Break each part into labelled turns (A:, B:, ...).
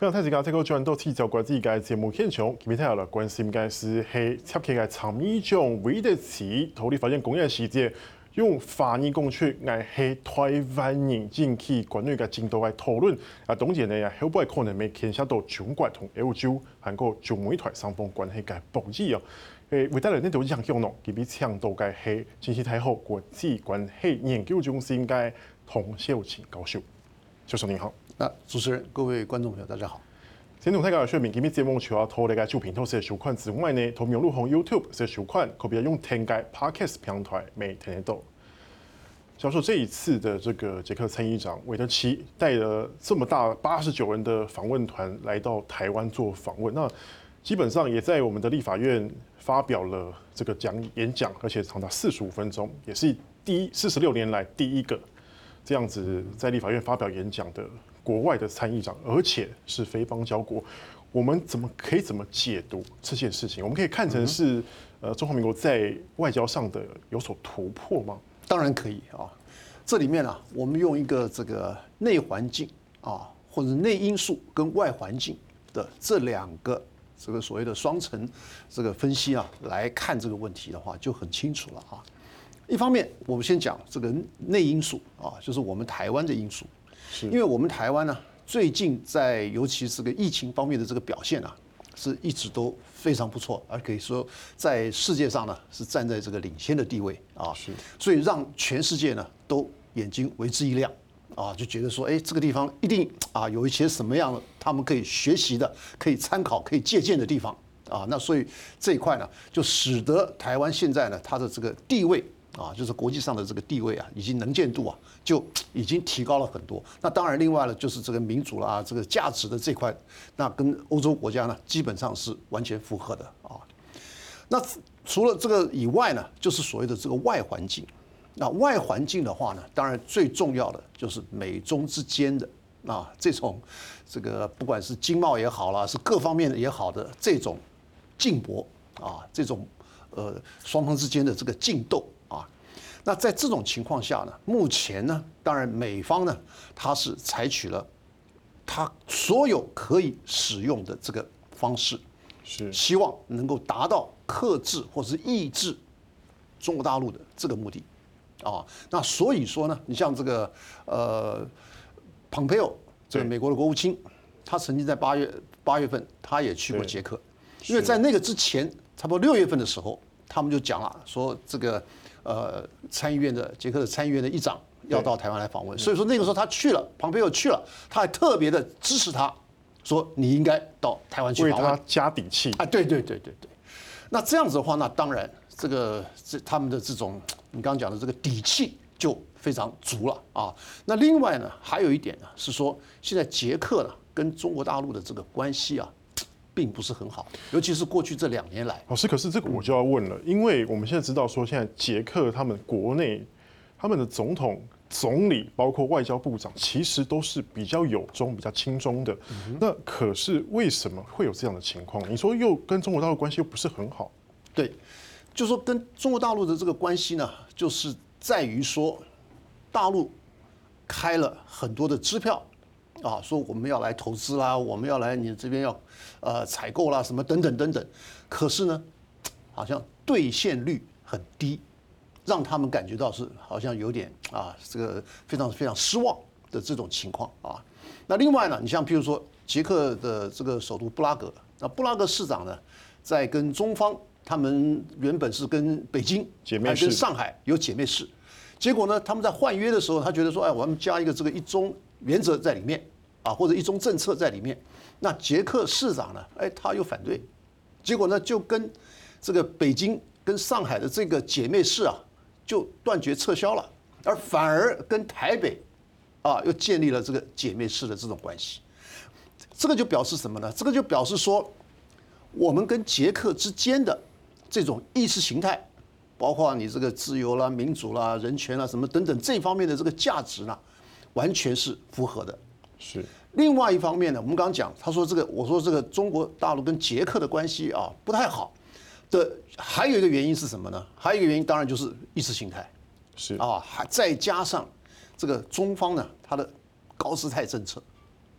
A: 咁睇時間，即係轉到次就國際嘅節目現場，今日睇下啦，關心嘅是係插旗嘅參議長韋德慈，土地發展公園時節，用法語講出係台灣人引起關於嘅進度嘅討論。啊，當然呢，後背可能未牽涉到中國同歐洲，韓國中美台雙方關係嘅博弈啊。為帶來呢度影響咯，佢比倡導嘅係真係太好國際關係研究中心嘅童秀琴教授。教授您好。
B: 主持人、各位觀眾朋友，大家好。
A: 先同大家說明，今日節目除了透過嘅主頻道是收看之外呢，同樣路紅 YouTube 是收看，可別用聽嘅 Podcast 平台沒聽得到。教授，這一次的這個捷克參議長韋德奇帶了這麼大89人的訪問團來到台灣做訪問，那基本上也在我們的立法院發表了這個演講，而且長達45分鐘，也是46年來第一個這樣子在立法院發表演講的國外的參議長，而且是非邦交國，我們可以怎麼解讀這件事情？我們可以看成是中華民國在外交上的有所突破嗎？
B: 當然可以啊，這裡面啊，我們用一個這個內環境啊，或者內因素跟外環境的這兩個這個所謂的雙層這個分析啊，來看這個問題的話，就很清楚了啊。一方面，我們先講這個內因素啊，就是我們台灣的因素。因為我們台灣呢，最近在尤其是這個疫情方面的這個表現啊，是一直都非常不錯，而可以說在世界上呢是站在這個領先的地位啊，所以讓全世界呢都眼睛為之一亮啊，就覺得說，哎，這個地方一定啊有一些什麼樣的他們可以學習的、可以參考、可以借鑑的地方啊，那所以這一塊呢，就使得台灣現在呢它的這個地位啊，就是國際上的這個地位啊，以及能見度啊，就已經提高了很多。那當然，另外呢，就是這個民主啦、這個價值的這塊，那跟歐洲國家呢，基本上是完全符合的啊。那除了這個以外呢，就是所謂的這個外環境。那外環境的話呢，當然最重要的就是美中之間的啊這種這個不管是經貿也好啦，是各方面的也好的這種競搏啊，這種雙方之間的這個競鬥。那在這種情況下呢，目前呢，當然美方呢，它是採取了它所有可以使用的這個方式，是希望能夠達到克制或是抑制中國大陸的這個目的，啊，那所以說呢，你像這個蓬佩奧，這個美國的國務卿，他曾經在八月份他也去過捷克，因為在那個之前，差不多6月份的時候，他們就講了，說這個。參議院的捷克的參議院的議長要到台灣來訪問，所以說那個時候他去了，蓬佩奧去了，他還特別的支持他，說你應該到台灣去訪問，
A: 為他加底氣
B: 啊，對。那這樣子的話，那當然他們的這種你剛剛講的這個底氣就非常足了啊。那另外呢，還有一點呢，是說現在捷克呢跟中國大陸的這個關係啊，並不是很好，尤其是過去這2年來。
A: 老師，可是這個我就要問了，因為我們現在知道說，現在捷克他們國內他們的總統、總理，包括外交部長，其實都是比較友中、比較親中的。那可是為什麼會有這樣的情況？你說又跟中國大陸關係又不是很好？
B: 對，就說跟中國大陸的這個關係呢，就是在於說大陸開了很多的支票。啊，說我們要來投資啦，我們要來你這邊要採購啦，什麼等等等等，可是呢，好像兌現率很低，讓他們感覺到是好像有點啊，這個非常非常失望的這種情況啊。那另外呢，你像譬如說捷克的這個首都布拉格，那布拉格市長呢，在跟中方，他們原本是跟北京
A: 姐妹市，
B: 跟上海有姐妹市，結果呢，他們在換約的時候，他覺得說，哎，我們加一個這個一中原則在裡面。啊，或者一中政策在裡面，那捷克市長呢？哎，他又反對，結果呢就跟這個北京跟上海的這個姐妹市啊，就斷絕撤銷了，而反而跟台北啊又建立了這個姐妹市的這種關係。這個就表示什麼呢？這個就表示說，我們跟捷克之間的這種意識形態，包括你這個自由啦、民主啦、人權啦什麼等等這方面的這個價值呢，完全是符合的。
A: 是。
B: 另外一方面呢，我們剛剛講，他說這個，我說這個中國大陸跟捷克的關係啊不太好的，還有一個原因是什麼呢？還有一個原因當然就是意識形態，
A: 是
B: 啊，還再加上這個中方呢，它的高姿態政策，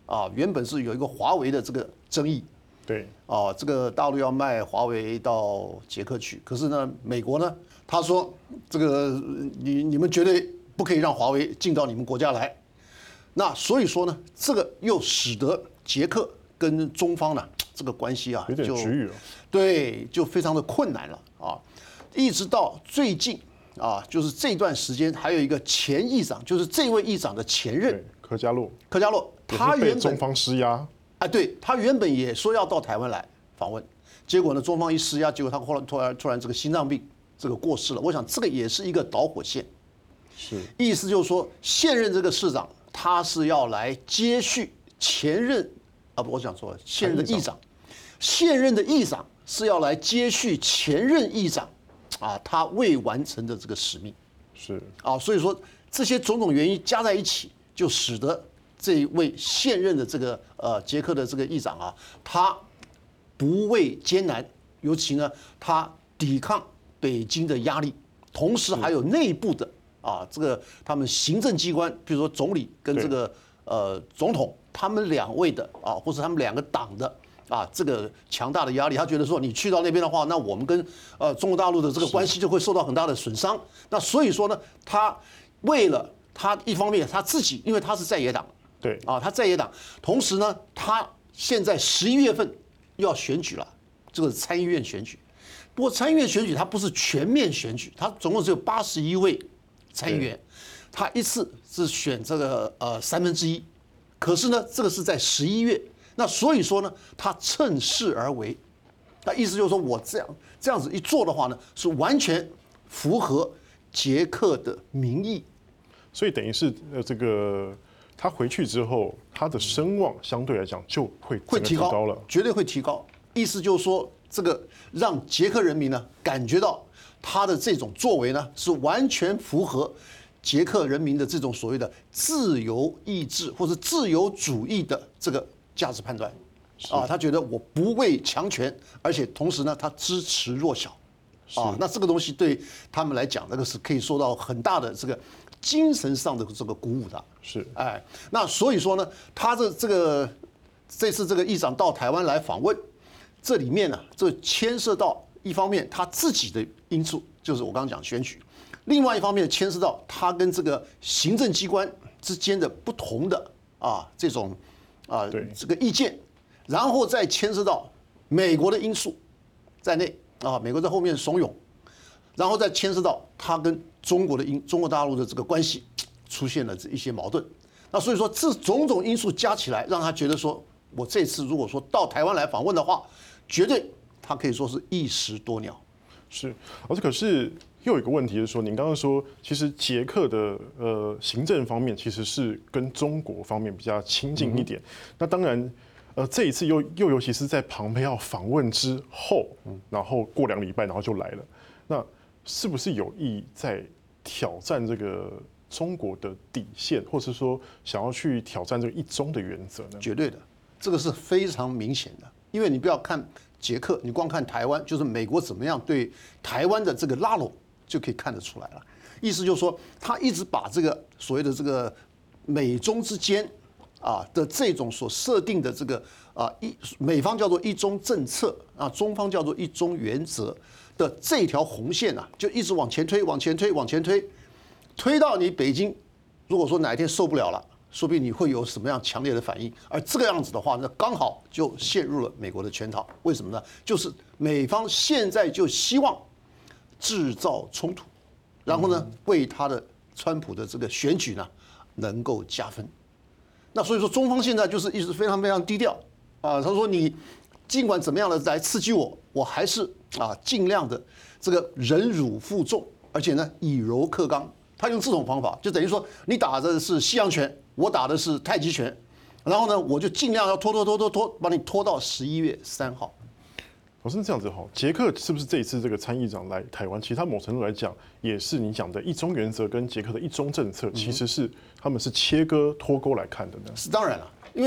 B: 原本是有一个华为的这个争议。
A: 对，
B: 这个大陆要卖华为到捷克去，可是呢，美国呢，他说这个你们绝对不可以让华为进到你们国家来。那所以说呢，这个又使得捷克跟中方呢这个关系啊，
A: 有点局域了。
B: 对，就非常的困难了啊。一直到最近就是这段时间，还有一个前议长，就是这位议长的前任
A: 科加洛，
B: 他原本
A: 被中方施压。
B: 对，他原本也说要到台湾来访问，结果呢，中方一施压，结果他突然这个心脏病这个过世了。我想这个也是一个导火线，
A: 是
B: 意思就是说，现任这个市长他是要来接续前任不，我想说现任的议长，现任的议长是要来接续前任议长他未完成的这个使命，
A: 是
B: 所以说这些种种原因加在一起，就使得这一位现任的这个捷克的这个议长他不畏艰难，尤其呢他抵抗北京的压力，同时还有内部的这个他们行政机关，比如说总理跟这个总统，他们两位的或者他们两个党的这个强大的压力，他觉得说你去到那边的话，那我们跟中国大陆的这个关系就会受到很大的损伤。那所以说呢，他为了他一方面他自己，因为他是在野党。
A: 对
B: 他在野党，同时呢，他现在11月份又要选举了，这个参议院选举。不过参议院选举它不是全面选举，它总共只有81位参议员，他一次是选这个1/3。可是呢，这个是在11月，那所以说呢，他趁势而为，那意思就是说我这样子一做的话呢，是完全符合捷克的民意，
A: 所以等于是这个。他回去之后，他的声望相对来讲就会
B: 提高
A: 了，
B: 绝对会提高。意思就是说，这个让捷克人民呢感觉到他的这种作为呢是完全符合捷克人民的这种所谓的自由意志或者自由主义的这个价值判断他觉得我不畏强权，而且同时呢他支持弱小那这个东西对他们来讲，那个是可以受到很大的这个精神上的这个鼓舞的。
A: 是，
B: 那所以说呢，他这次这个议长到台湾来访问，这里面呢，这牵涉到一方面他自己的因素，就是我刚刚讲选举；另外一方面牵涉到他跟这个行政机关之间的不同的这种这个意见，然后再牵涉到美国的因素在内美国在后面怂恿，然后再牵涉到他跟中国大陆的这个关系出现了这一些矛盾，那所以说这种种因素加起来，让他觉得说，我这次如果说到台湾来访问的话，绝对他可以说是一石多鸟。
A: 是，可是又有一个问题是说，您刚刚说，其实捷克的行政方面其实是跟中国方面比较亲近一点。那当然，这一次又尤其是在庞培奥访问之后，然后过2礼拜，然后就来了，那是不是有意在挑战这个中国的底线，或是说想要去挑战这个一中的原则呢？
B: 绝对的，这个是非常明显的。因为你不要看捷克，你光看台湾，就是美国怎么样对台湾的这个拉拢，就可以看得出来了。意思就是说，他一直把这个所谓的这个美中之间的这种所设定的这个美方叫做一中政策中方叫做一中原则的这条红线就一直往前推，往前推，往前推。推到你北京，如果说哪一天受不了了，说不定你会有什么样强烈的反应。而这个样子的话呢，刚好就陷入了美国的圈套。为什么呢？就是美方现在就希望制造冲突，然后呢，为他的川普的这个选举呢能够加分。那所以说，中方现在就是一直非常非常低调他说你尽管怎么样的来刺激我，我还是尽量的这个忍辱负重，而且呢以柔克刚。他用这种方法，就等于说你打的是西洋拳，我打的是太极拳，然后呢，我就尽量要拖，把你拖到11月3号。
A: 老师这样子哈，捷克是不是这一次这个参议长来台湾，其实他某程度来讲，也是你讲的一中原则跟捷克的一中政策，其实是他们是切割脱钩来看的呢？
B: 是当然了，因为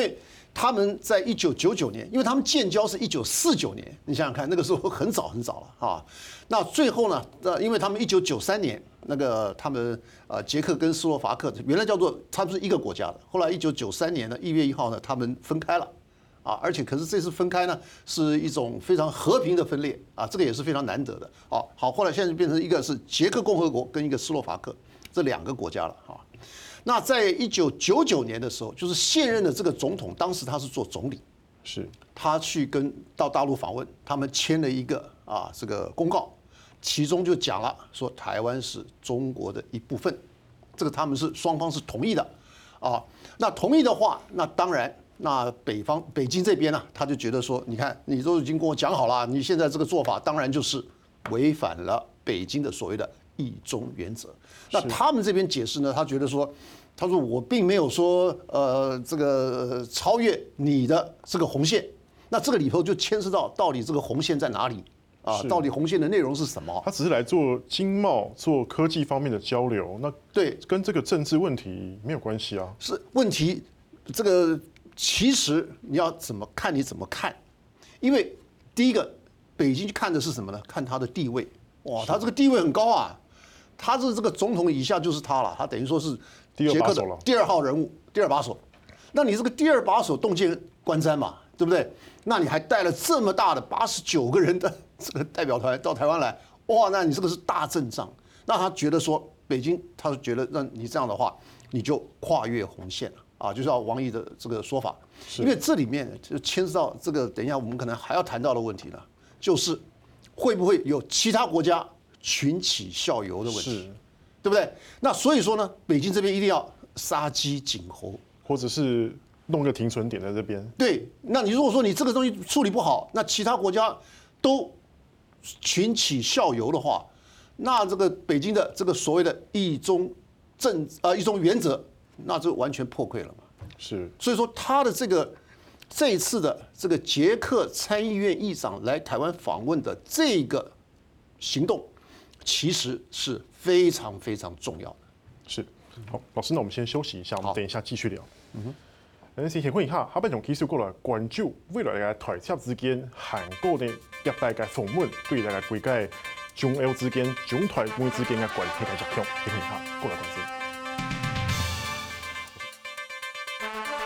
B: 他们在1999年，因为他们建交是1949年，你想想看，那个时候很早很早了啊。那最后呢，因为他们1993年那个他们捷克跟斯洛伐克原来叫做他们是一个国家的，后来1993年呢1月1号呢他们分开了。而且可是这次分开呢，是一种非常和平的分裂啊，这个也是非常难得的。好，后来现在变成一个是捷克共和国跟一个斯洛伐克这2个国家了啊。那在1999年的时候，就是现任的这个总统，当时他是做总理，
A: 是
B: 他去到大陆访问，他们签了一个这个公告，其中就讲了说台湾是中国的一部分，这个他们是双方是同意的啊。那同意的话，那当然。那北京这边呢，他就觉得说，你看，你都已经跟我讲好了，你现在这个做法当然就是违反了北京的所谓的一中原则。那他们这边解释呢，他觉得说，他说我并没有说这个超越你的这个红线。那这个里头就牵涉到底这个红线在哪里啊？到底红线的内容是什么？
A: 他只是来做经贸、做科技方面的交流，那
B: 对，
A: 跟这个政治问题没有关系啊。
B: 是问题，这个。其实你要怎么看，你怎么看？因为第一个，北京看的是什么呢？看他的地位。哇，他这个地位很高啊，他是这个总统以下就是他了，他等于说是捷克的第2号人物、第2把手。那你这个第2把手洞见观瞻嘛，对不对？那你还带了这么大的89个人的这个代表团到台湾来，哇，那你这个是大阵仗。那他觉得说，北京他觉得让你这样的话，你就跨越红线了。就是要王毅的这个说法，因为这里面就牵涉到这个，等一下我们可能还要谈到的问题呢，就是会不会有其他国家群起效尤的问题，对不对？那所以说呢，北京这边一定要杀鸡儆猴，
A: 或者是弄个停损点在这边。
B: 对，那你如果说你这个东西处理不好，那其他国家都群起效尤的话，那这个北京的这个所谓的一中原则。那就完全破溃了嘛。
A: 是，
B: 所以说他的这一次的这个捷克参议院议长来台湾访问的这个行动，其实是非常非常重要的。
A: 是，好，老师，那我们先休息一下，我们等一下继续聊。先先问一下，下半场其實過來關注未來嘅台側之間韓國嘅業界嘅訪問，對大家國家中歐之間、中台灣之間嘅關係嘅影響，先問一下過來關心。